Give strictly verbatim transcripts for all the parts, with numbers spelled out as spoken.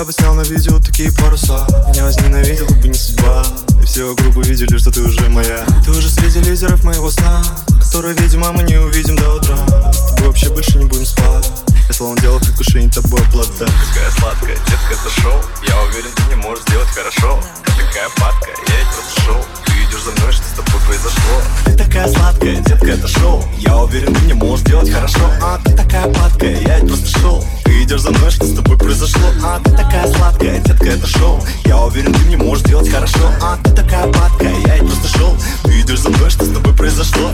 бы снял на видео такие паруса. Меня возненавидела бы не судьба, и все вокруг увидели, что ты уже моя. Ты уже среди лидеров моего сна, который, видимо, мы не увидим до утра. С тобой вообще больше не будем спать. Я словно делал предвкушение тобой плода. Такая сладкая, детка, это шоу. Я уверен, ты не можешь сделать хорошо. Ты такая падкая, я ведь просто шоу. Ты идешь за мной, что с тобой произошло? Ты такая сладкая, детка, это шоу. Я уверен, ты не можешь сделать хорошо. А ты такая падкая, я ведь просто шоу. Ты идешь за мной, что с тобой произошло? А ты такая сладкая, детка, это шоу. Я уверен, ты не можешь сделать хорошо. А ты такая падкая, я ведь просто шоу. Ты идешь за мной, что с тобой произошло?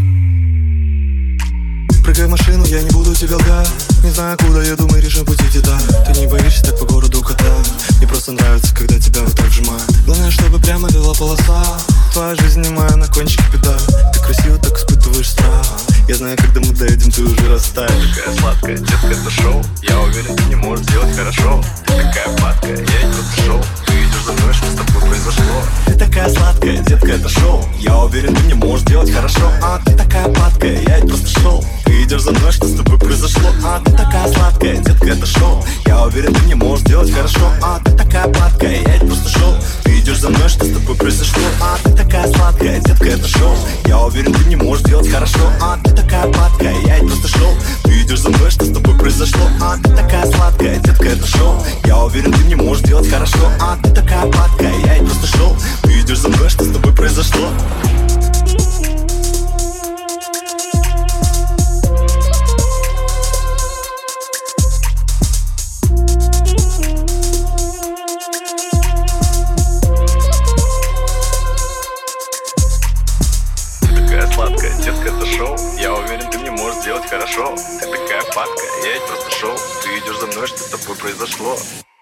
Прыгай в машину, я не буду тебе лгать. Не знаю, куда еду, мы решим пути где-то. Ты не боишься так по городу катать. Мне просто нравится, когда тебя вот так сжимают. Главное, чтобы прямо вела полоса. Твоя жизнь немая на кончике педаль. Ты красиво так испытываешь страх. Я знаю, когда мы доедем, ты уже растаешь. Такая сладкая, детка, это шоу. Я уверен, ты не можешь сделать хорошо. Ты такая падкая, я ведь просто шоу. Ты идешь за мной, что с тобой произошло? Ты такая сладкая, детка, это шоу. Я уверен, ты не можешь делать хорошо. А ты такая падкая, я ведь просто шоу. Ты идешь за мной, что с тобой произошло? А ты такая сладкая, детка, это шоу. Я уверен, ты не можешь делать хорошо. А ты такая падкая, я ведь просто шоу. Ты идешь за мной, что с тобой произошло? А ты такая сладкая, детка, это шоу. Я уверен, ты не можешь делать хорошо. А ты такая падкая, я ведь просто шоу. Ты идешь за мной, что с тобой произошло? А ты такая сладкая, детка, это шоу. Я уверен, ты не можешь делать хорошо. А ты такая падкая, я ведь просто шоу. Ты идешь за мной, что с тобой произошло? Сладкая, детка, это шоу. Я уверен, ты не можешь сделать хорошо. Ты такая падкая, я ведь просто шоу. Ты идешь за мной, что с тобой произошло?